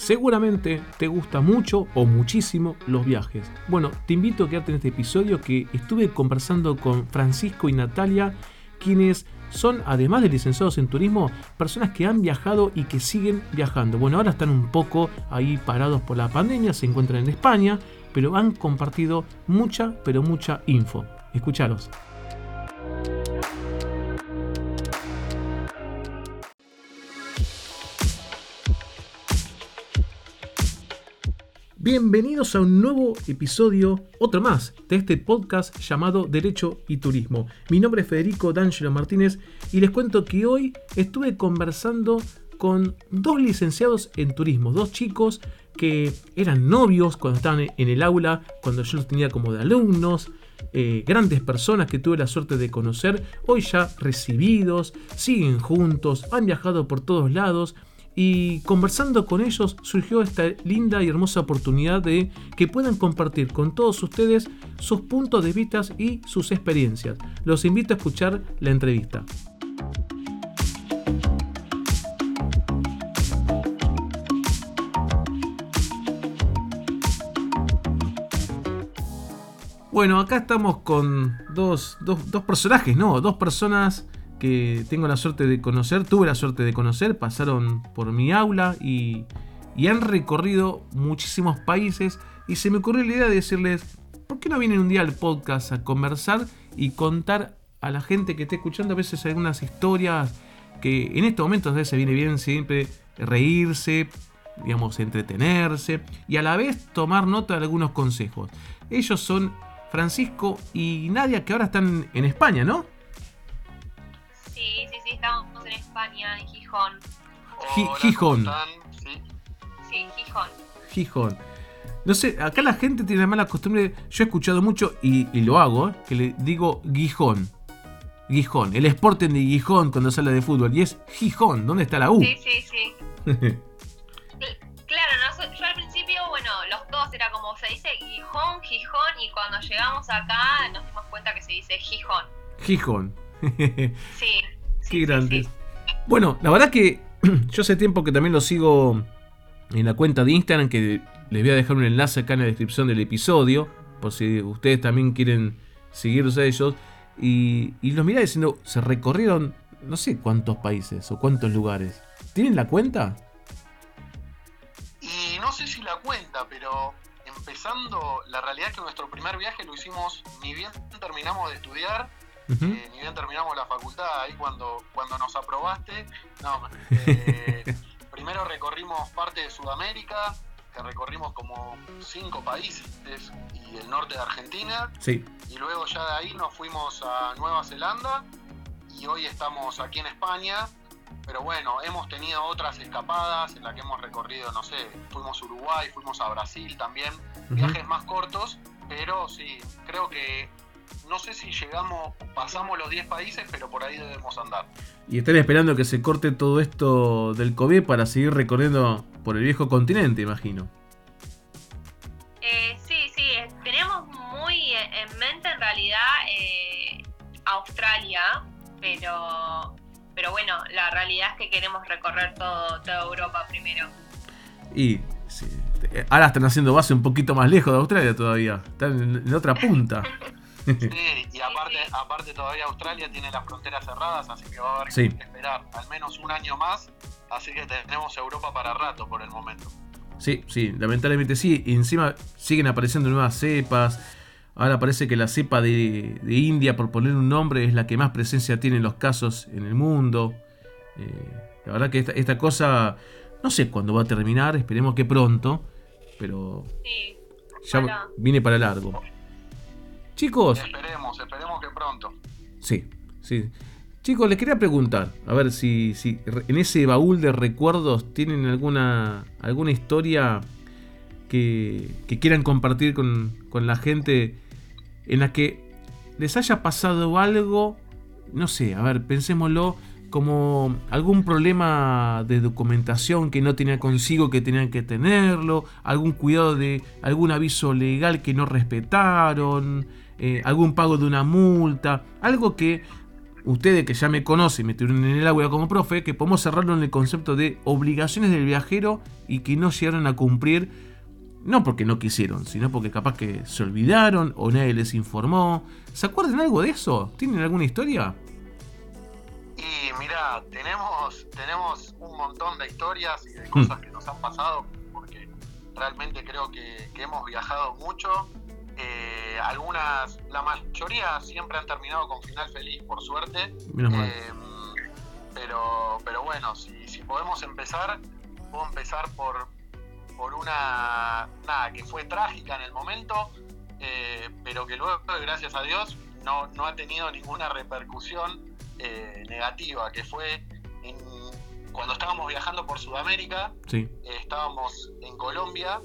Seguramente te gusta mucho o muchísimo los viajes. Bueno, te invito a quedarte en este episodio que estuve conversando con Francisco y Natalia, quienes son, además de licenciados en turismo, personas que han viajado y que siguen viajando. Bueno, ahora están un poco ahí parados por la pandemia, se encuentran en España, pero han compartido mucha info. Escucharos. Bienvenidos a un nuevo episodio, otro más, de este podcast llamado Derecho y Turismo. Mi nombre es Federico D'Angelo Martínez y les cuento que hoy estuve conversando con dos licenciados en turismo, dos chicos que eran novios cuando estaban en el aula, cuando yo los tenía como de alumnos, grandes personas que tuve la suerte de conocer, hoy ya recibidos, siguen juntos, han viajado por todos lados. Y conversando con ellos surgió esta linda y hermosa oportunidad de que puedan compartir con todos ustedes sus puntos de vista y sus experiencias. Los invito a escuchar la entrevista. Bueno, acá estamos con dos personajes, ¿no? Dos personas que tengo la suerte de conocer, tuve la suerte de conocer, pasaron por mi aula y han recorrido muchísimos países y se me ocurrió la idea de decirles, ¿por qué no vienen un día al podcast a conversar y contar a la gente que esté escuchando a veces algunas historias que en estos momentos a veces viene bien siempre reírse, digamos, entretenerse y a la vez tomar nota de algunos consejos? Ellos son Francisco y Nadia, que ahora están en España, ¿no? Sí, estamos en España, en Gijón. Gijón. Sí, Gijón. Gijón. No sé, acá la gente tiene la mala costumbre, yo he escuchado mucho y lo hago, que le digo Gijón. Gijón, el Sporting de Gijón cuando se habla de fútbol, y es Gijón, ¿dónde está la U? Sí. Claro, ¿no? Yo al principio, bueno, los dos era como se dice Gijón, y cuando llegamos acá nos dimos cuenta que se dice Gijón. Gijón. Sí. Qué grande. Sí. Bueno, la verdad que yo hace tiempo que también lo sigo en la cuenta de Instagram, que les voy a dejar un enlace acá en la descripción del episodio, por si ustedes también quieren seguirlos a ellos. Y los mirá diciendo, se recorrieron no sé cuántos países o cuántos lugares. ¿Tienen la cuenta? Y no sé si la cuenta, pero empezando, la realidad es que nuestro primer viaje lo hicimos ni bien terminamos de estudiar. Ni bien terminamos la facultad, ahí cuando nos aprobaste, primero recorrimos parte de Sudamérica, que recorrimos como 5 países y el norte de Argentina, sí. Y luego ya de ahí nos fuimos a Nueva Zelanda y hoy estamos aquí en España, pero bueno, hemos tenido otras escapadas en las que hemos recorrido, no sé, fuimos a Uruguay, fuimos a Brasil también, viajes más cortos, pero sí, creo que no sé si pasamos los 10 países, pero por ahí debemos andar. Y están esperando que se corte todo esto del COVID para seguir recorriendo por el viejo continente, imagino. Sí, tenemos muy en mente en realidad Australia, pero bueno, la realidad es que queremos recorrer toda Europa primero. Y sí, ahora están haciendo base un poquito más lejos de Australia todavía, están en otra punta. Sí, y aparte todavía Australia tiene las fronteras cerradas, así que va a haber que esperar al menos un año más, así que tenemos Europa para rato por el momento. Sí, lamentablemente sí, y encima siguen apareciendo nuevas cepas. Ahora parece que la cepa de India, por poner un nombre, es la que más presencia tiene en los casos en el mundo. La verdad que esta cosa no sé cuándo va a terminar, esperemos que pronto, pero sí, ya viene para largo. Chicos, esperemos que pronto. Sí. Chicos, les quería preguntar, a ver si en ese baúl de recuerdos tienen alguna historia que quieran compartir con la gente en la que les haya pasado algo, no sé, a ver, pensémoslo, como algún problema de documentación que no tenía consigo, que tenían que tenerlo, algún cuidado de algún aviso legal que no respetaron, algún pago de una multa, algo que ustedes que ya me conocen, me tuvieron en el aula como profe, que podemos cerrarlo en el concepto de obligaciones del viajero y que no llegaron a cumplir, no porque no quisieron, sino porque capaz que se olvidaron o nadie les informó. ¿Se acuerdan algo de eso? ¿Tienen alguna historia? Y mirá, tenemos un montón de historias y de cosas que nos han pasado, porque realmente creo que hemos viajado mucho. Algunas, la mayoría siempre han terminado con final feliz, por suerte. Menos mal. Pero bueno, si podemos empezar, puedo empezar por una, que fue trágica en el momento, pero que luego, gracias a Dios, no ha tenido ninguna repercusión negativa, que fue cuando estábamos viajando por Sudamérica. Sí. Estábamos en Colombia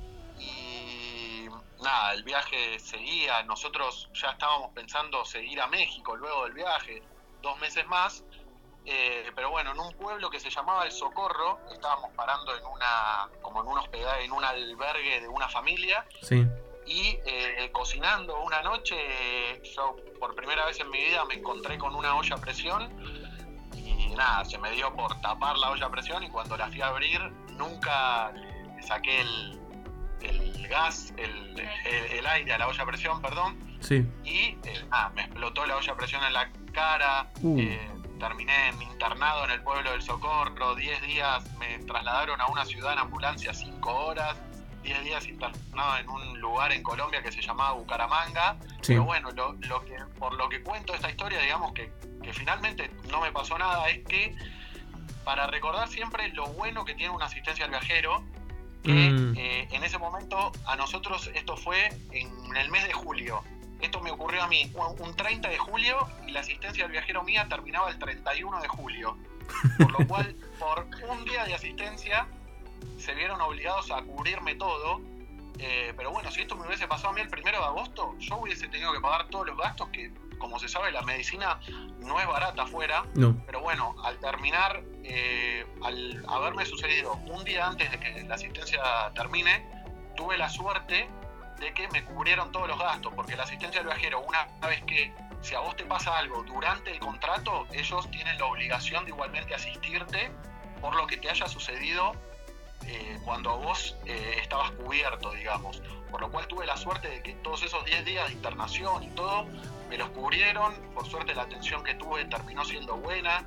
y el viaje seguía. Nosotros ya estábamos pensando seguir a México luego del viaje, 2 meses más. Pero bueno, en un pueblo que se llamaba El Socorro, estábamos parando en un hospedaje, en un albergue de una familia. Sí. Y cocinando una noche, yo por primera vez en mi vida me encontré con una olla a presión y se me dio por tapar la olla a presión, y cuando la fui a abrir nunca le saqué el gas, el aire a la olla a presión, perdón. Sí. Y me explotó la olla a presión en la cara. Terminé internado en el pueblo del Socorro, 10 días, me trasladaron a una ciudad en ambulancia 5 horas, 10 días internado en un lugar en Colombia que se llamaba Bucaramanga. Sí. Pero bueno, por lo que cuento esta historia, digamos que finalmente no me pasó nada, es que para recordar siempre lo bueno que tiene una asistencia al viajero, que en ese momento a nosotros esto fue en el mes de julio. Esto me ocurrió a mí un 30 de julio y la asistencia del viajero mía terminaba el 31 de julio. Por lo cual, por un día de asistencia, se vieron obligados a cubrirme todo. Pero bueno, si esto me hubiese pasado a mí el 1 de agosto, yo hubiese tenido que pagar todos los gastos que, como se sabe, la medicina no es barata afuera. No. Pero bueno, al terminar, al haberme sucedido un día antes de que la asistencia termine, tuve la suerte de que me cubrieron todos los gastos, porque la asistencia del viajero, una vez que si a vos te pasa algo durante el contrato, ellos tienen la obligación de igualmente asistirte por lo que te haya sucedido cuando vos estabas cubierto, digamos. Por lo cual tuve la suerte de que todos esos 10 días de internación y todo me los cubrieron. Por suerte la atención que tuve terminó siendo buena.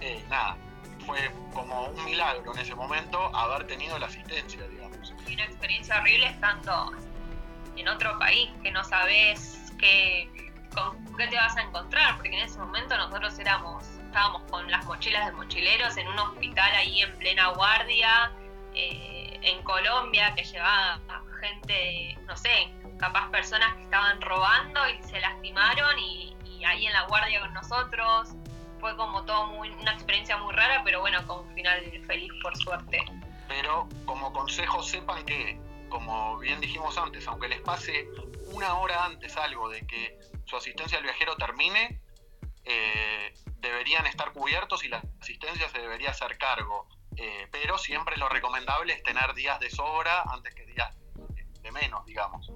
Fue como un milagro en ese momento haber tenido la asistencia, digamos. Y una experiencia horrible estando en otro país, que no sabes con qué te vas a encontrar, porque en ese momento nosotros estábamos con las mochilas de mochileros en un hospital ahí en plena guardia, en Colombia, que llevaba gente, no sé, capaz personas que estaban robando y se lastimaron, y ahí en la guardia con nosotros. Fue como todo una experiencia muy rara, pero bueno, con un final feliz, por suerte. Pero como consejo, sepan que, como bien dijimos antes, aunque les pase una hora antes algo de que su asistencia al viajero termine, deberían estar cubiertos y la asistencia se debería hacer cargo. Pero siempre lo recomendable es tener días de sobra antes que días de menos, digamos.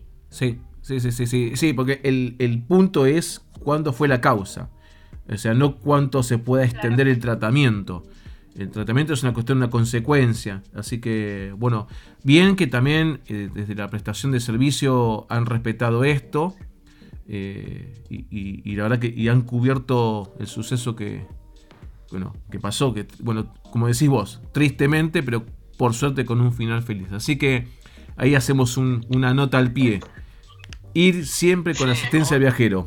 Sí, porque el punto es cuándo fue la causa. O sea, no cuánto se pueda extender el tratamiento. El tratamiento es una cuestión, una consecuencia. Así que, bueno, bien que también desde la prestación de servicio han respetado esto. Y la verdad que han cubierto el suceso que pasó. Que, bueno, como decís vos, tristemente, pero por suerte con un final feliz. Así que ahí hacemos una nota al pie. Ir siempre con asistencia al viajero.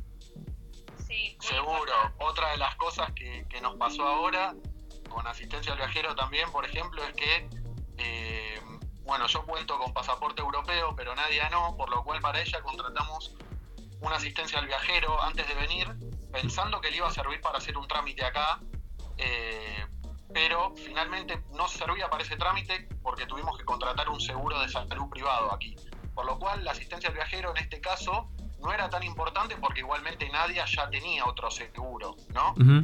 Seguro. Otra de las cosas que nos pasó ahora con asistencia al viajero también, por ejemplo, es que yo cuento con pasaporte europeo, pero Nadia no, por lo cual para ella contratamos una asistencia al viajero antes de venir, pensando que le iba a servir para hacer un trámite acá, pero finalmente no servía para ese trámite porque tuvimos que contratar un seguro de salud privado aquí, por lo cual la asistencia al viajero en este caso no era tan importante porque igualmente Nadia ya tenía otro seguro, ¿no? Uh-huh.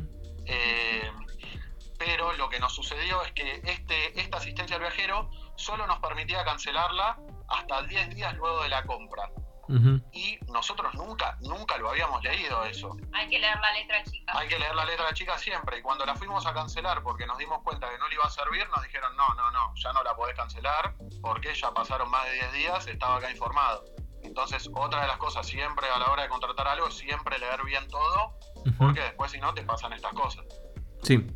Pero lo que nos sucedió es que esta asistencia al viajero solo nos permitía cancelarla hasta 10 días luego de la compra. Uh-huh. Y nosotros nunca lo habíamos leído eso. Hay que leer la letra chica. Hay que leer la letra chica siempre. Y cuando la fuimos a cancelar porque nos dimos cuenta que no le iba a servir, nos dijeron no, ya no la podés cancelar porque ya pasaron más de 10 días, estaba acá informado. Entonces, otra de las cosas siempre a la hora de contratar algo es siempre leer bien todo, porque después si no te pasan estas cosas. Sí.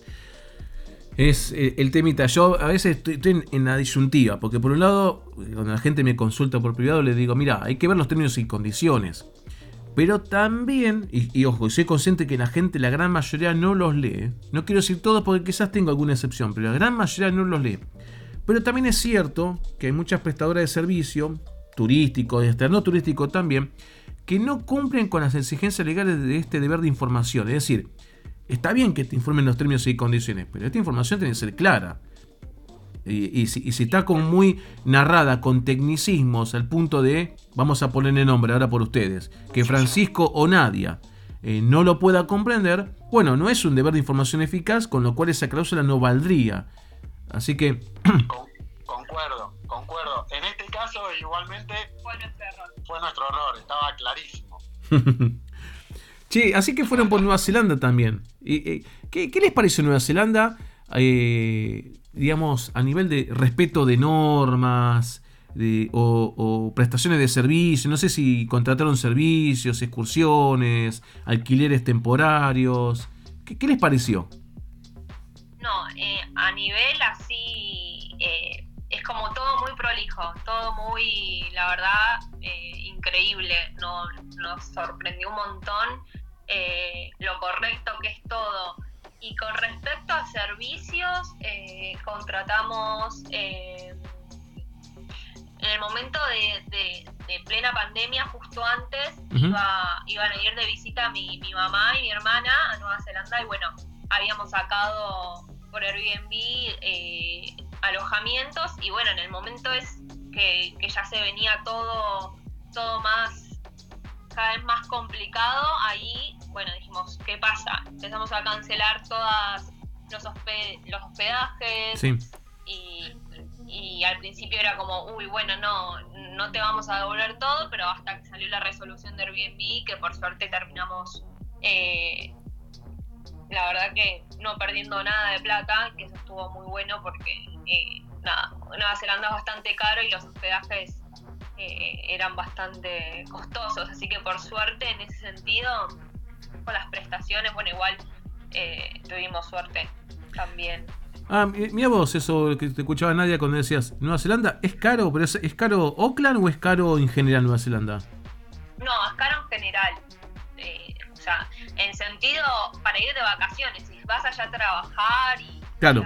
Es el temita. Yo a veces estoy en la disyuntiva, porque por un lado, cuando la gente me consulta por privado, le digo, mira, hay que ver los términos y condiciones. Pero también, y ojo, soy consciente que la gente, la gran mayoría no los lee. No quiero decir todo porque quizás tengo alguna excepción, pero la gran mayoría no los lee. Pero también es cierto que hay muchas prestadoras de servicio, turísticos y hasta no turísticos también, que no cumplen con las exigencias legales de este deber de información. Es decir, está bien que te informen los términos y condiciones, pero esta información tiene que ser clara. Y si está como muy narrada con tecnicismos al punto de, vamos a ponerle nombre ahora por ustedes, que Francisco o Nadia no lo pueda comprender, bueno, no es un deber de información eficaz, con lo cual esa cláusula no valdría. Así que... Concuerdo. En este caso, igualmente, fue nuestro error, estaba clarísimo. Che, así que fueron por Nueva Zelanda también. ¿Qué les pareció Nueva Zelanda? Digamos, a nivel de respeto de normas o prestaciones de servicio. No sé si contrataron servicios, excursiones, alquileres temporarios. ¿Qué les pareció? No, a nivel así, es como todo muy prolijo, todo muy, la verdad, increíble. Nos sorprendió un montón lo correcto que es todo. Y con respecto a servicios, contratamos en el momento de plena pandemia, justo antes, iban a ir de visita mi mamá y mi hermana a Nueva Zelanda, y bueno, habíamos sacado por Airbnb alojamientos, y bueno, en el momento es que ya se venía todo más, cada vez más complicado, ahí, bueno, dijimos, ¿qué pasa? Empezamos a cancelar todos los hospedajes, sí. Y al principio era como, uy, bueno, no te vamos a devolver todo, pero hasta que salió la resolución de Airbnb, que por suerte terminamos, la verdad que no perdiendo nada de plata, que eso estuvo muy bueno porque, Nueva Zelanda es bastante caro y los hospedajes eran bastante costosos, así que por suerte en ese sentido, con las prestaciones, bueno, igual tuvimos suerte también. Mira vos, eso que te escuchaba Nadia cuando decías, Nueva Zelanda es caro, pero ¿es caro Auckland o es caro en general Nueva Zelanda? No, es caro en general. O sea, en sentido para ir de vacaciones, si vas allá a trabajar y... Claro.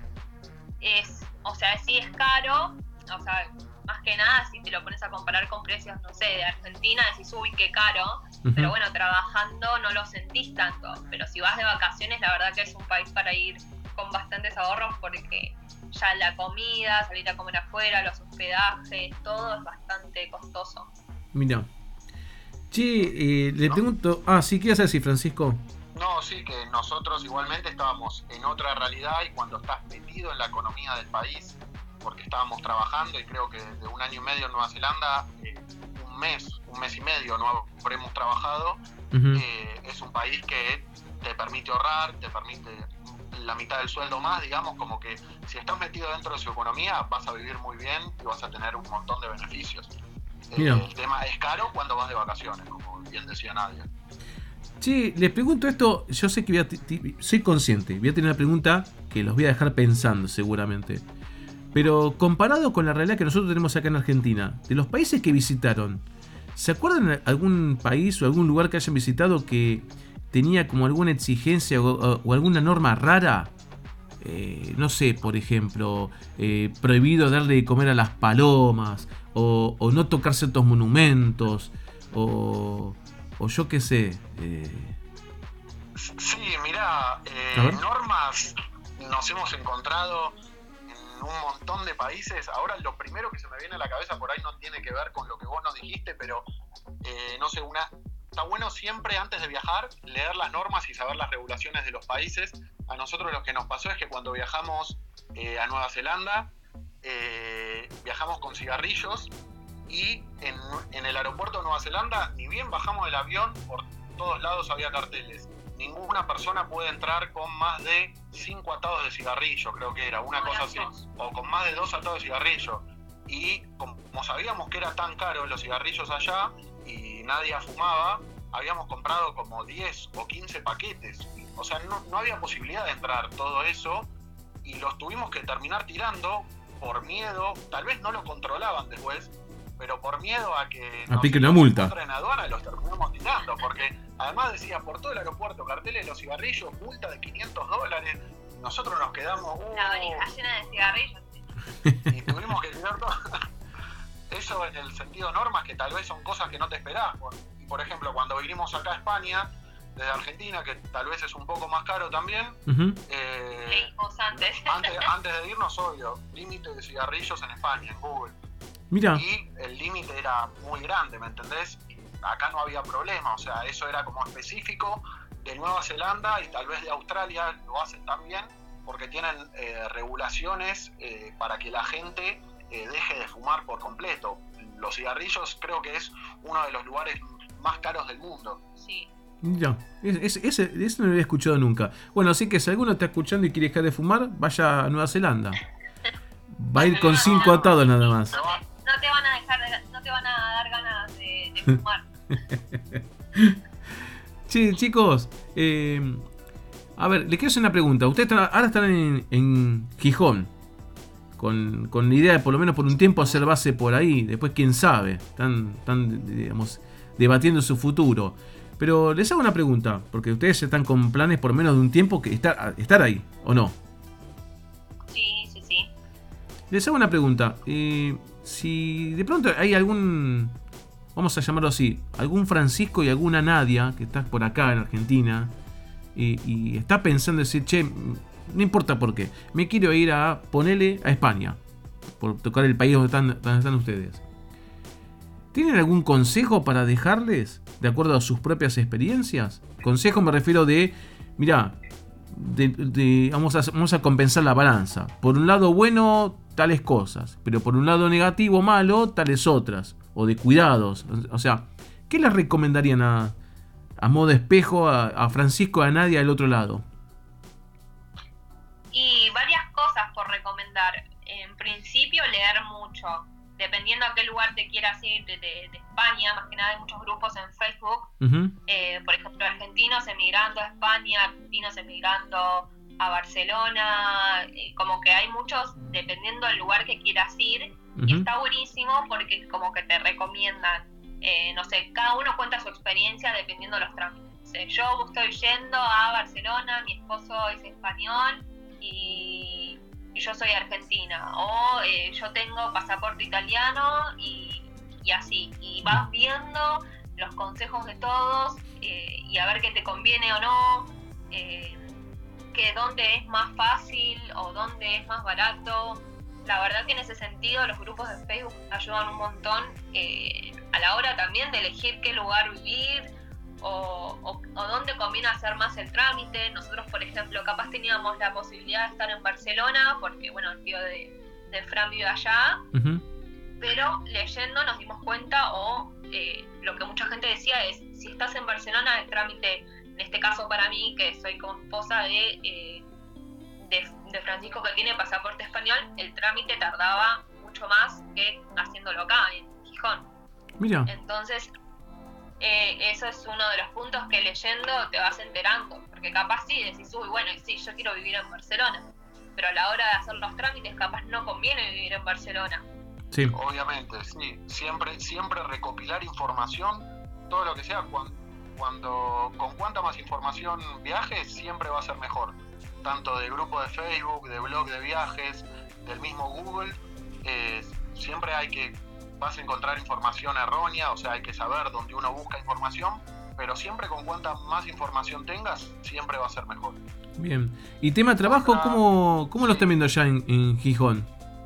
Sí es caro, o sea, más que nada si te lo pones a comparar con precios, no sé, de Argentina, decís, uy, qué caro, pero bueno, trabajando no lo sentís tanto, pero si vas de vacaciones, la verdad que es un país para ir con bastantes ahorros, porque ya la comida, salir a comer afuera, los hospedajes, todo es bastante costoso. Mira. Che, le pregunto... sí, ¿qué ibas a decir, Francisco? No, sí, que nosotros igualmente estábamos en otra realidad, y cuando estás metido en la economía del país, porque estábamos trabajando, y creo que desde 1 año y medio en Nueva Zelanda, un mes y medio no habremos trabajado, es un país que te permite ahorrar, te permite la mitad del sueldo más, digamos, como que si estás metido dentro de su economía vas a vivir muy bien y vas a tener un montón de beneficios. El tema es caro cuando vas de vacaciones, como bien decía Nadia. Sí, les pregunto esto, yo sé que soy consciente, voy a tener una pregunta que los voy a dejar pensando seguramente. Pero comparado con la realidad que nosotros tenemos acá en Argentina, de los países que visitaron, ¿se acuerdan de algún país o algún lugar que hayan visitado que tenía como alguna exigencia o alguna norma rara? No sé, por ejemplo, prohibido darle de comer a las palomas, o no tocar ciertos monumentos, o yo qué sé. Sí, mirá, normas nos hemos encontrado en un montón de países. Ahora lo primero que se me viene a la cabeza por ahí no tiene que ver con lo que vos nos dijiste, pero no sé, está bueno siempre antes de viajar leer las normas y saber las regulaciones de los países. A nosotros lo que nos pasó es que cuando viajamos a Nueva Zelanda, viajamos con cigarrillos y en el aeropuerto de Nueva Zelanda, ni bien bajamos del avión, por todos lados había carteles. Ninguna persona puede entrar con más de 5 atados de cigarrillo, creo que era, una cosa así, o con más de 2 atados de cigarrillo. Y como sabíamos que era tan caro los cigarrillos allá y nadie fumaba, habíamos comprado como 10 o 15 paquetes. O sea, no había posibilidad de entrar todo eso y los tuvimos que terminar tirando por miedo. Tal vez no lo controlaban después, pero por miedo a que nos piquen una multa en aduana, los terminamos tirando, porque además decía por todo el aeropuerto carteles de los cigarrillos, multa de $500. Nosotros nos quedamos la valija llena de cigarrillos y tuvimos que tirar todo. Eso en el sentido normas, que tal vez son cosas que no te esperás. Y por ejemplo, cuando vinimos acá a España desde Argentina, que tal vez es un poco más caro también, leímos antes de irnos, obvio, límite de cigarrillos en España, en Google. Mira. Y el límite era muy grande, ¿me entendés? Y acá no había problema, o sea, eso era como específico de Nueva Zelanda y tal vez de Australia lo hacen también, porque tienen regulaciones para que la gente deje de fumar por completo. Los cigarrillos creo que es uno de los lugares más caros del mundo. Sí. Mira, ese no lo había escuchado nunca. Bueno, así que si alguno está escuchando y quiere dejar de fumar, vaya a Nueva Zelanda. Va a ir con 5 atados nada más. No te van a dar ganas de fumar. Sí, chicos, a ver, les quiero hacer una pregunta. Ustedes ahora están en Gijón, con la idea de por lo menos por un tiempo hacer base por ahí. Después quién sabe, están digamos, debatiendo su futuro. Pero les hago una pregunta, porque ustedes están con planes por menos de un tiempo que estar ahí, ¿o no? Sí. Les hago una pregunta. Si de pronto hay algún, vamos a llamarlo así, algún Francisco y alguna Nadia que está por acá en Argentina y está pensando decir, che, no importa por qué, me quiero ir a ponerle a España, por tocar el país donde están ustedes. ¿Tienen algún consejo para dejarles de acuerdo a sus propias experiencias? Consejo me refiero de, mirá, vamos a compensar la balanza. Por un lado bueno, tales cosas, pero por un lado negativo, malo, tales otras. O de cuidados. O sea, ¿qué les recomendarían a modo espejo a Francisco, a Nadia del otro lado? Y varias cosas por recomendar. En principio, leer mucho. Dependiendo a qué lugar te quieras ir de España, más que nada hay muchos grupos en Facebook, por ejemplo, argentinos emigrando a España, argentinos emigrando a Barcelona, como que hay muchos, dependiendo del lugar que quieras ir, y está buenísimo porque como que te recomiendan, no sé, cada uno cuenta su experiencia dependiendo de los trámites. Yo estoy yendo a Barcelona, mi esposo es español y yo soy argentina, o yo tengo pasaporte italiano y así, y vas viendo los consejos de todos y a ver qué te conviene o no, que dónde es más fácil o dónde es más barato. La verdad que en ese sentido los grupos de Facebook ayudan un montón a la hora también de elegir qué lugar vivir o dónde conviene hacer más el trámite. Nosotros, por ejemplo, capaz teníamos la posibilidad de estar en Barcelona porque, bueno, el tío de Fran vive allá, pero leyendo nos dimos cuenta, lo que mucha gente decía es, si estás en Barcelona, el trámite, en este caso para mí, que soy como esposa de Francisco, que tiene pasaporte español, el trámite tardaba mucho más que haciéndolo acá, en Gijón. Mira. Entonces, eso es uno de los puntos que leyendo te vas enterando, porque capaz sí decís, bueno, sí, yo quiero vivir en Barcelona, pero a la hora de hacer los trámites capaz no conviene vivir en Barcelona. Sí. Obviamente, sí, siempre recopilar información, todo lo que sea, con cuanta más información viajes, siempre va a ser mejor, tanto de grupo de Facebook, de blog de viajes, del mismo Google, siempre vas a encontrar información errónea, o sea, hay que saber dónde uno busca información, pero siempre con cuanta más información tengas, siempre va a ser mejor. Bien. ¿Y tema trabajo, cómo lo están viendo allá en Gijón?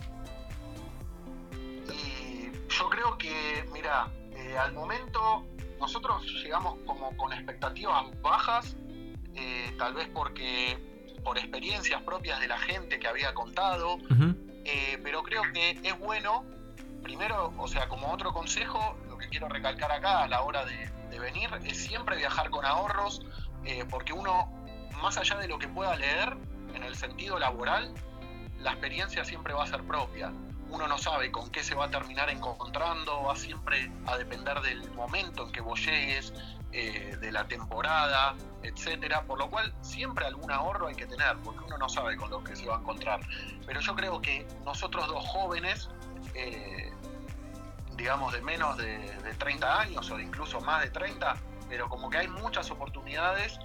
Y yo creo que, mira, al momento nosotros llegamos como con expectativas bajas, tal vez por experiencias propias de la gente que había contado, pero creo que es bueno primero, o sea, como otro consejo, lo que quiero recalcar acá a la hora de venir es siempre viajar con ahorros, porque uno, más allá de lo que pueda leer, en el sentido laboral, la experiencia siempre va a ser propia. Uno no sabe con qué se va a terminar encontrando, va siempre a depender del momento en que vos llegues, de la temporada, etcétera, por lo cual siempre algún ahorro hay que tener, porque uno no sabe con lo que se va a encontrar. Pero yo creo que nosotros dos jóvenes, digamos de menos de 30 años o incluso más de 30, pero como que hay muchas oportunidades,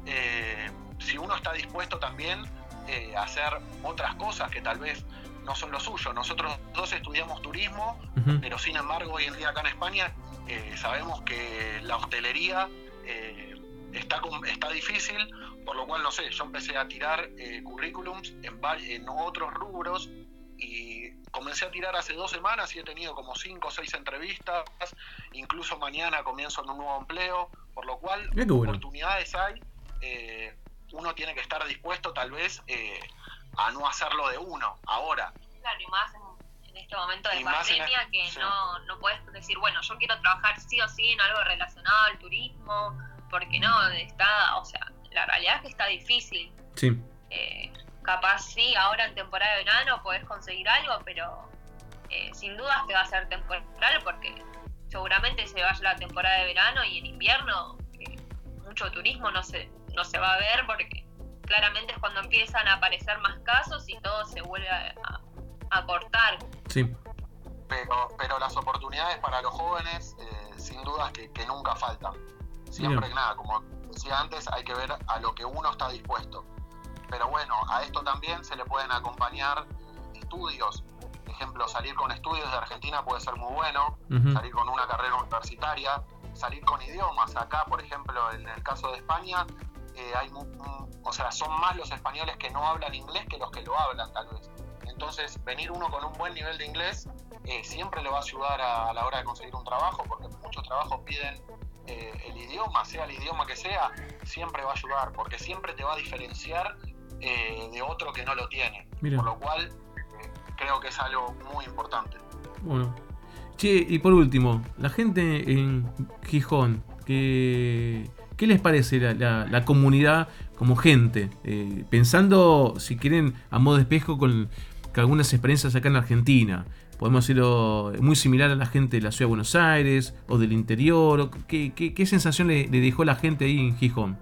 si uno está dispuesto también a hacer otras cosas que tal vez no son lo suyo. Nosotros dos estudiamos turismo, pero sin embargo hoy en día acá en España sabemos que la hostelería está difícil, por lo cual, no sé, yo empecé a tirar currículums en otros rubros y comencé a tirar hace 2 semanas y he tenido como 5 o 6 entrevistas, incluso mañana comienzo en un nuevo empleo, por lo cual oportunidades hay, uno tiene que estar dispuesto tal vez a no hacerlo de uno ahora. Claro, y más en este momento de pandemia que sí. no puedes decir, bueno, yo quiero trabajar sí o sí en algo relacionado al turismo, porque no, o sea, la realidad es que está difícil. Sí. Capaz sí, ahora en temporada de verano podés conseguir algo, pero sin dudas te va a ser temporal, porque seguramente se vaya la temporada de verano y en invierno mucho turismo no se va a ver, porque claramente es cuando empiezan a aparecer más casos y todo se vuelve a cortar. Sí. Pero las oportunidades para los jóvenes, sin dudas que nunca faltan. Siempre que nada, como decía antes, hay que ver a lo que uno está dispuesto. Pero bueno, a esto también se le pueden acompañar estudios. Por ejemplo, salir con estudios de Argentina puede ser muy bueno, salir con una carrera universitaria, salir con idiomas. Acá, por ejemplo, en el caso de España, o sea, son más los españoles que no hablan inglés que los que lo hablan, tal vez. Entonces, venir uno con un buen nivel de inglés siempre le va a ayudar a la hora de conseguir un trabajo, porque muchos trabajos piden el idioma, sea el idioma que sea, siempre va a ayudar, porque siempre te va a diferenciar de otro que no lo tiene. Mira. Por lo cual, creo que es algo muy importante. Bueno. Che, y por último, la gente en Gijón, ¿qué les parece la comunidad como gente? Pensando, si quieren, a modo de espejo con algunas experiencias acá en Argentina. Podemos decirlo muy similar a la gente de la ciudad de Buenos Aires o del interior. ¿Qué sensación le dejó la gente ahí en Gijón?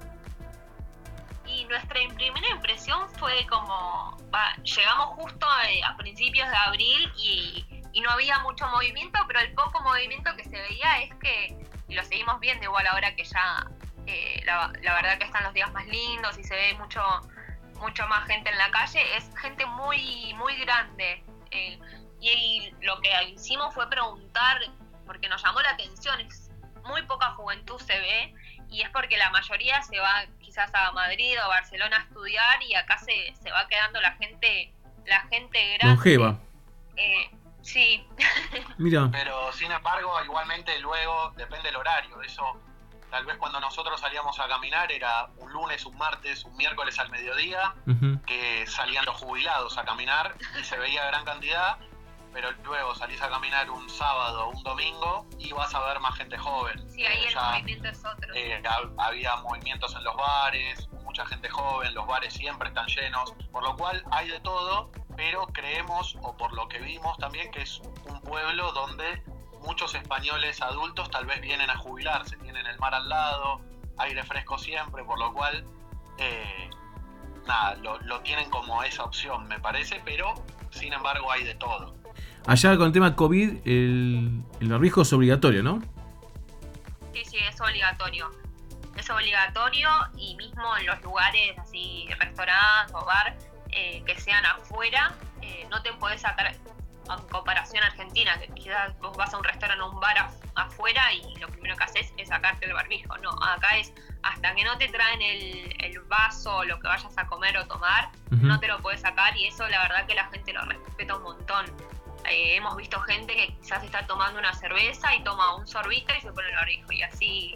Y nuestra primera impresión fue como... llegamos justo a principios de abril y no había mucho movimiento, pero el poco movimiento que se veía es que, y lo seguimos viendo igual ahora que ya la verdad que están los días más lindos y se ve mucho más gente en la calle, es gente muy, muy grande. Y lo que hicimos fue preguntar, porque nos llamó la atención, es muy poca juventud se ve, y es porque la mayoría se va quizás a Madrid o Barcelona a estudiar, y acá se va quedando la gente grande. Longeva. Sí. Mira. Pero sin embargo, igualmente luego depende del horario. Eso, tal vez cuando nosotros salíamos a caminar era un lunes, un martes, un miércoles al mediodía, que salían los jubilados a caminar y se veía gran cantidad. Pero luego salís a caminar un sábado o un domingo y vas a ver más gente joven. Sí, ahí el movimiento es otro. Había movimientos en los bares, mucha gente joven, los bares siempre están llenos, por lo cual hay de todo, pero creemos, o por lo que vimos también, que es un pueblo donde muchos españoles adultos tal vez vienen a jubilarse, tienen el mar al lado, aire fresco siempre, por lo cual lo tienen como esa opción, me parece, pero sin embargo hay de todo. Allá con el tema COVID, el barbijo es obligatorio, ¿no? Sí, es obligatorio. Es obligatorio, y mismo en los lugares así, restaurantes o bar, que sean afuera, no te podés sacar, en comparación a Argentina, que quizás vos vas a un restaurante o un bar afuera y lo primero que haces es sacarte el barbijo. No, acá es hasta que no te traen el vaso o lo que vayas a comer o tomar, no te lo podés sacar, y eso la verdad que la gente lo respeta un montón. Hemos visto gente que quizás está tomando una cerveza y toma un sorbito y se pone el barbijo, y así.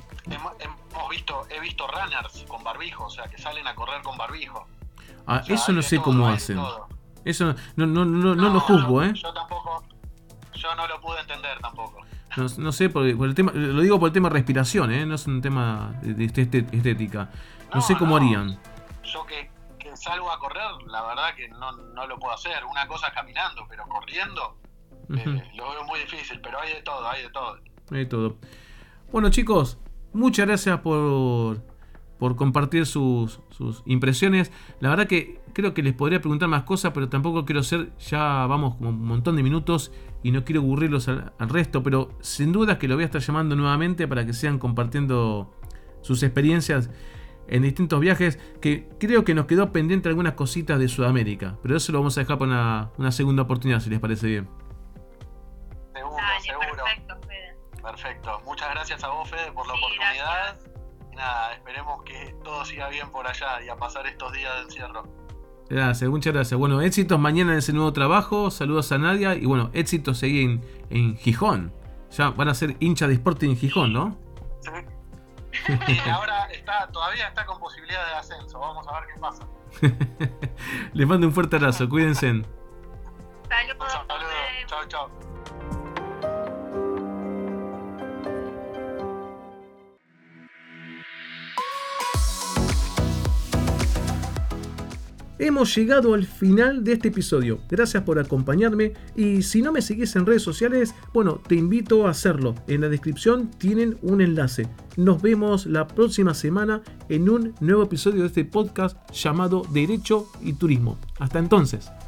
He visto runners con barbijo, o sea, que salen a correr con barbijo. O sea, eso no sé cómo hacen. Eso no lo juzgo, Yo yo no lo pude entender tampoco. No sé, por el tema, lo digo por el tema respiración, no es un tema de estética. No sé cómo harían. Yo que salgo a correr, la verdad que no lo puedo hacer. Una cosa es caminando, pero corriendo lo veo muy difícil, pero hay de todo. Hay de todo. Bueno, chicos, muchas gracias por compartir sus impresiones. La verdad que creo que les podría preguntar más cosas, pero tampoco quiero ya vamos como un montón de minutos y no quiero aburrirlos al resto, pero sin duda que lo voy a estar llamando nuevamente para que sigan compartiendo sus experiencias en distintos viajes, que creo que nos quedó pendiente algunas cositas de Sudamérica, pero eso lo vamos a dejar para una segunda oportunidad, si les parece bien. Seguro. Perfecto, Fede. Perfecto. Muchas gracias a vos, Fede, por la oportunidad. Gracias. Y nada, esperemos que todo siga bien por allá y a pasar estos días de encierro. Gracias, muchas gracias. Bueno, éxitos mañana en ese nuevo trabajo. Saludos a Nadia. Y bueno, éxitos seguir en Gijón. Ya van a ser hinchas de Sporting en Gijón, ¿no? Sí. Y ahora todavía está con posibilidad de ascenso. Vamos a ver qué pasa. Les mando un fuerte abrazo. Cuídense. Saludos. Chao. Hemos llegado al final de este episodio. Gracias por acompañarme y si no me seguís en redes sociales, bueno, te invito a hacerlo. En la descripción tienen un enlace. Nos vemos la próxima semana en un nuevo episodio de este podcast llamado Derecho y Turismo. Hasta entonces.